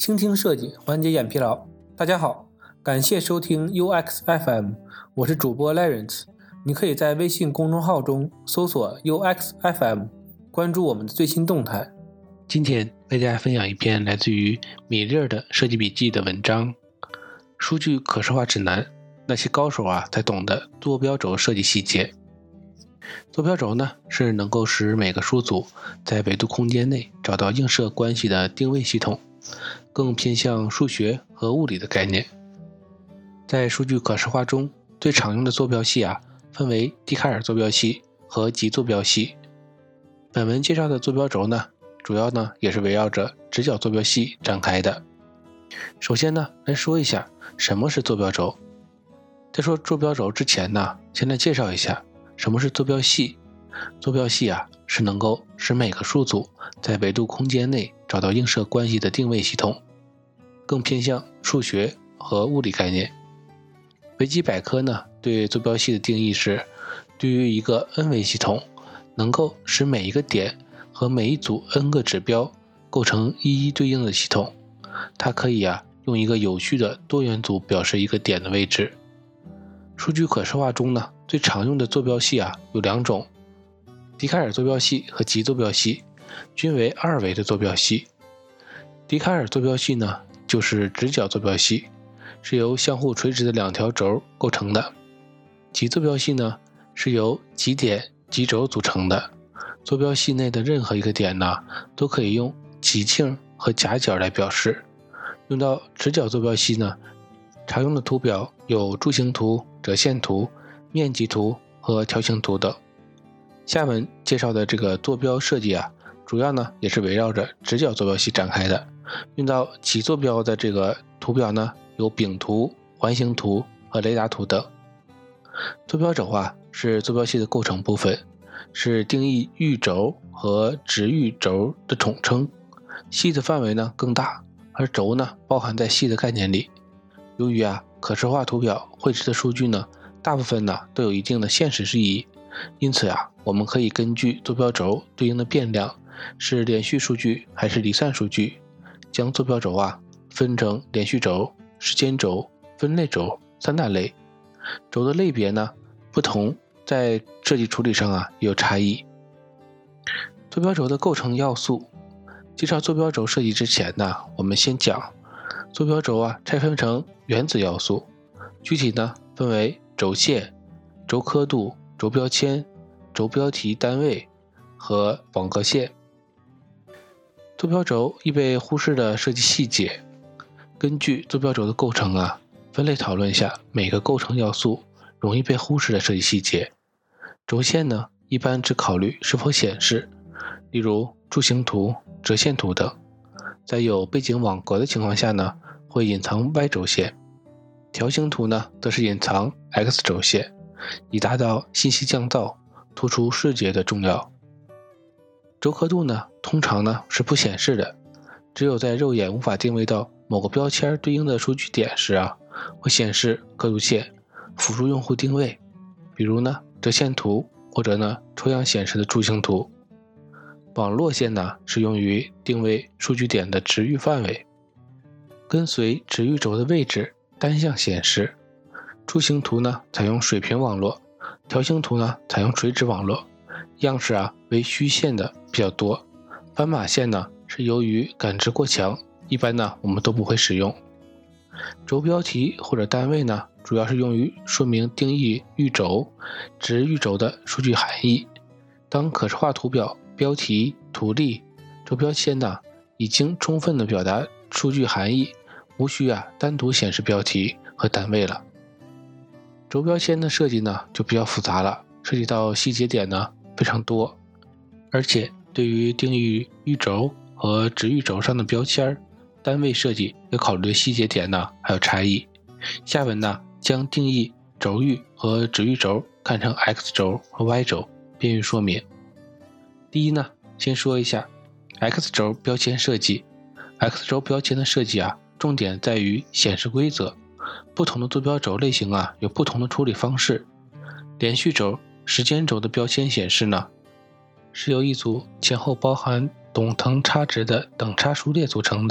倾听设计，缓解眼疲劳。大家好，感谢收听 UX FM， 我是主播 Lawrence。你可以在微信公众号中搜索 UX FM， 关注我们的最新动态。 今天为大家分享一篇来自于米粒的设计笔记的文章，数据可视化指南，那些高手才懂的坐标轴设计细节。坐标轴呢，是能够使每个数组在维度空间内找到映射关系的定位系统，更偏向数学和物理的概念。在数据可视化中，最常用的坐标系分为笛卡尔坐标系和极坐标系。本文介绍的坐标轴呢，主要呢也是围绕着直角坐标系展开的。首先呢，来说一下什么是坐标轴。在说坐标轴之前呢，先来介绍一下什么是坐标系。坐标系是能够使每个数组在维度空间内找到映射关系的定位系统，更偏向数学和物理概念。维基百科呢对坐标系的定义是，对于一个 n 维系统，能够使每一个点和每一组 n 个指标构成一一对应的系统。它可以用一个有序的多元组表示一个点的位置。数据可视化中呢，最常用的坐标系有两种，笛卡尔坐标系和极坐标系均为二维的坐标系。笛卡尔坐标系呢，就是直角坐标系，是由相互垂直的两条轴构成的。极坐标系呢，是由极点、极轴组成的。坐标系内的任何一个点呢，都可以用极径和夹角来表示。用到直角坐标系呢，常用的图表有柱形图、折线图、面积图和条形图等。下文介绍的这个坐标设计主要呢也是围绕着直角坐标系展开的。用到极坐标的这个图表呢，有饼图、环形图和雷达图等。坐标轴是坐标系的构成部分，是定义域轴和直域轴的统称。系的范围呢更大，而轴呢包含在系的概念里。由于可视化图表绘制的数据呢，大部分呢都有一定的现实意义，因此我们可以根据坐标轴对应的变量是连续数据还是离散数据，将坐标轴分成连续轴、时间轴、分类轴三大类。轴的类别呢不同，在设计处理上也有差异。坐标轴的构成要素。介绍坐标轴设计之前呢，我们先讲坐标轴拆分成原子要素，具体呢分为轴线、轴刻度、轴标签、轴标题单位和网格线。坐标轴易被忽视的设计细节。根据坐标轴的构成分类讨论一下每个构成要素容易被忽视的设计细节。轴线呢，一般只考虑是否显示，例如柱形图、折线图等。在有背景网格的情况下呢，会隐藏 Y 轴线。条形图呢，则是隐藏 X 轴线，以达到信息降噪，突出视觉的重要。轴刻度呢，通常呢是不显示的，只有在肉眼无法定位到某个标签对应的数据点时会显示刻度线，辅助用户定位。比如呢折线图，或者呢抽样显示的柱形图。网络线呢，是用于定位数据点的值域范围，跟随值域轴的位置单向显示。柱形图呢采用水平网络，条形图呢采用垂直网络，样式为虚线的比较多。斑马线呢是由于感知过强，一般呢我们都不会使用。轴标题或者单位呢，主要是用于说明定义域轴、值域轴的数据含义。当可视化图表标题、图例、轴标签呢已经充分的表达数据含义，无需单独显示标题和单位了。轴标签的设计呢就比较复杂了，涉及到细节点呢非常多，而且对于定义域轴和值域轴上的标签单位设计要考虑的细节点呢还有差异。下文呢将定义轴域和值域轴看成 X 轴和 Y 轴，便于说明。第一呢，先说一下 X 轴标签设计。X 轴标签的设计重点在于显示规则。不同的坐标轴类型有不同的处理方式。连续轴、时间轴的标签显示呢，是由一组前后包含等差值的等差数列组成的。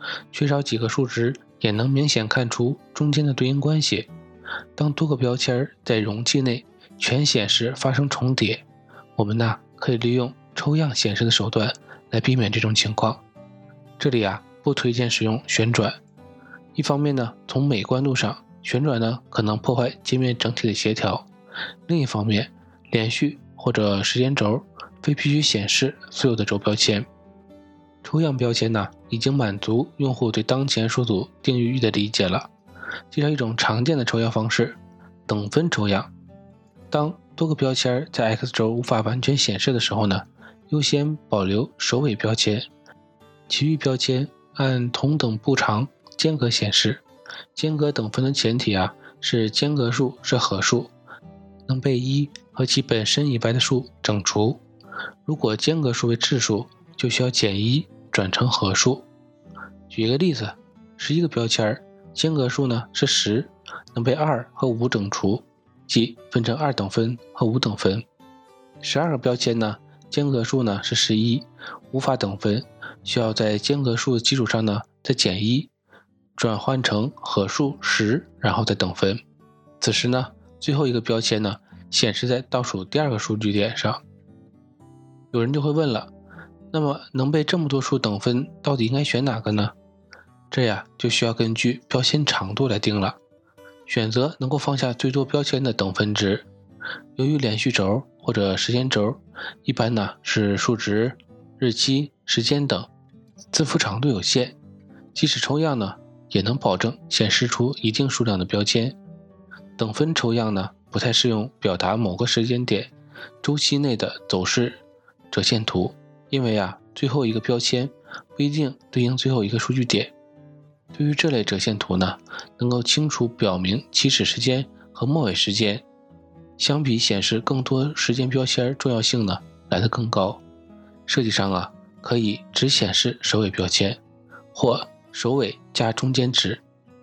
缺少几个数值也能明显看出中间的对应关系。当多个标签在容器内全显示发生重叠，我们可以利用抽样显示的手段来避免这种情况。这里不推荐使用旋转，一方面从美观度上，旋转可能破坏界面整体的协调；另一方面，连续或者时间轴非必须显示所有的轴标签。抽样标签已经满足用户对当前数组定义域的理解了。介绍一种常见的抽样方式：等分抽样。当多个标签在 X 轴无法完全显示的时候优先保留首尾标签，其余标签按同等步长间隔显示。间隔等分的前提是间隔数是合数，能被1和其本身以外的数整除。如果间隔数为质数，就需要减1转成合数。举一个例子，11个标签，间隔数是10，能被2和5整除，即分成2等分和5等分。12个标签间隔数是11，无法等分，需要在间隔数的基础上再减1，转换成合数10，然后再等分。此时最后一个标签显示在倒数第2个数据点上。有人就会问了，那么能被这么多数等分，到底应该选哪个呢？这就需要根据标签长度来定了，选择能够放下最多标签的等分值。由于连续轴或者时间轴一般是数值、日期、时间等，字符长度有限，即使抽样也能保证显示出一定数量的标签。等分抽样不太适用表达某个时间点周期内的走势折线图，因为最后一个标签不一定对应最后一个数据点。对于这类折线图能够清楚表明起始时间和末尾时间，相比显示更多时间标签重要性来得更高。设计上可以只显示首尾标签，或首尾加中间值。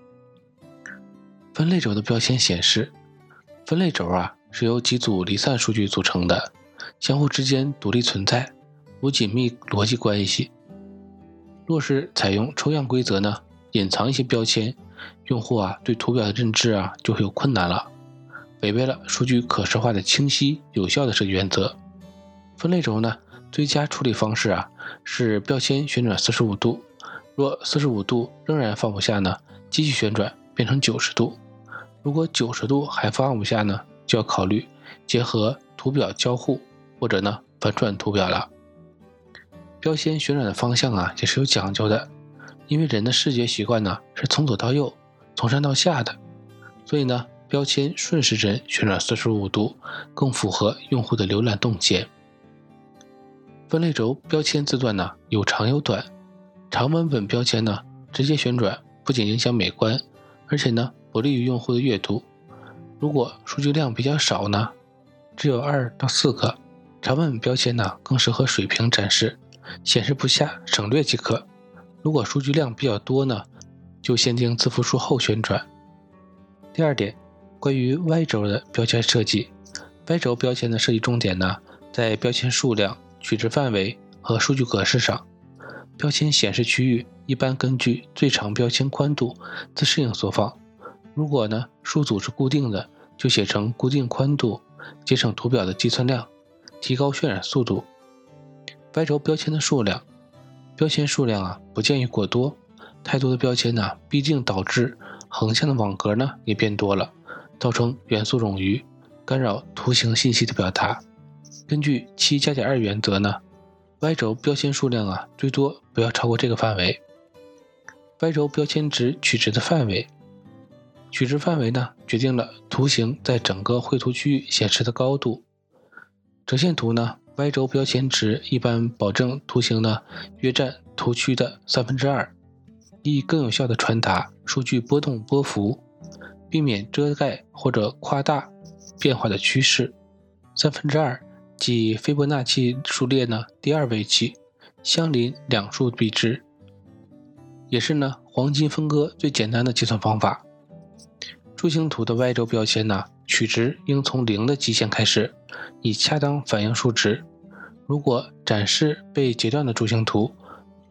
分类轴的标签显示，分类轴是由几组离散数据组成的，相互之间独立存在，无紧密逻辑关系。若是采用抽样规则隐藏一些标签，用户对图表的认知就会有困难了，违背了数据可视化的清晰有效的设计原则。分类轴最佳处理方式是标签旋转45度，若45度仍然放不下继续旋转变成90度，如果90度还放不下就要考虑结合图表交互或者反转图表了。标签旋转的方向也是有讲究的，因为人的视觉习惯是从左到右，从上到下的，所以标签顺时针旋转45度更符合用户的浏览动线。分类轴标签字段有长有短，长文本标签直接旋转不仅影响美观，而且不利于用户的阅读。如果数据量比较少只有2到4个，长文本标签更适合水平展示，显示不下省略即可。如果数据量比较多就限定字符数后旋转。第二点，关于 Y 轴的标签设计。Y 轴标签的设计重点在标签数量、取值范围和数据格式上。标签显示区域一般根据最长标签宽度自适应缩放。如果数组是固定的，就写成固定宽度，节省图表的计算量，提高渲染速度。Y 轴标签的数量，标签数量不建议过多，太多的标签必定导致横向的网格也变多了，造成元素冗余，干扰图形信息的表达。根据7+2原则Y 轴标签数量最多不要超过这个范围。Y 轴标签值取值的范围，取值范围决定了图形在整个绘图区域显示的高度。折线图Y 轴标签值一般保证图形约占图区的2/3，以更有效地传达数据波动波幅，避免遮盖或者夸大变化的趋势。2/3即斐波那契数列第2位期，相邻两数比值，也是黄金分割最简单的计算方法。柱形图的 Y 轴标签取值应从0的极限开始，以恰当反映数值。如果展示被截断的柱形图，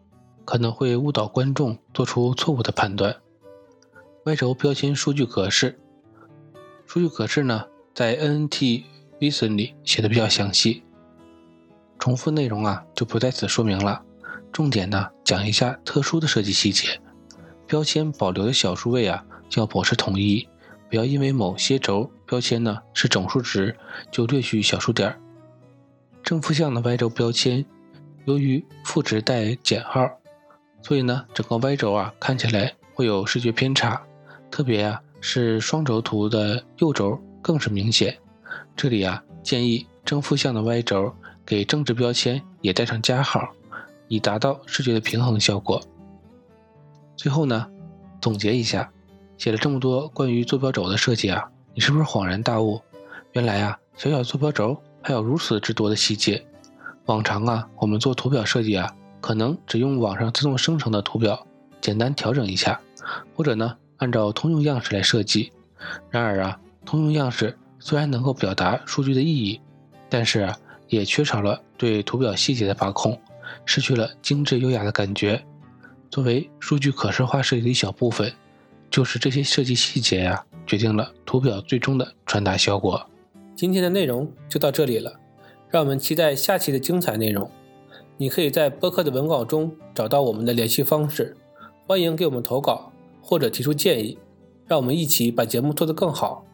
可能会误导观众做出错误的判断。Y 轴标签数据格式，数据格式呢，在 NNT Vision 里写的比较详细，重复内容就不在此说明了。重点呢讲一下特殊的设计细节。标签保留的小数位要保持统一，不要因为某些轴标签呢是整数值就略去小数点。正负向的 Y 轴标签由于负值带减号，所以呢整个 Y 轴看起来会有视觉偏差，特别是双轴图的右轴更是明显。这里建议正负向的 Y 轴给正值标签也带上加号，以达到视觉的平衡效果。最后呢，总结一下，写了这么多关于坐标轴的设计你是不是恍然大悟？原来小小坐标轴还有如此之多的细节。往常我们做图表设计可能只用网上自动生成的图表简单调整一下，或者呢按照通用样式来设计。然而通用样式虽然能够表达数据的意义，但是也缺少了对图表细节的把控，失去了精致优雅的感觉。作为数据可视化设计的一小部分，就是这些设计细节决定了图表最终的传达效果。 今天的内容就到这里了，让我们期待下期的精彩内容。你可以在播客的文稿中找到我们的联系方式，欢迎给我们投稿或者提出建议，让我们一起把节目做得更好。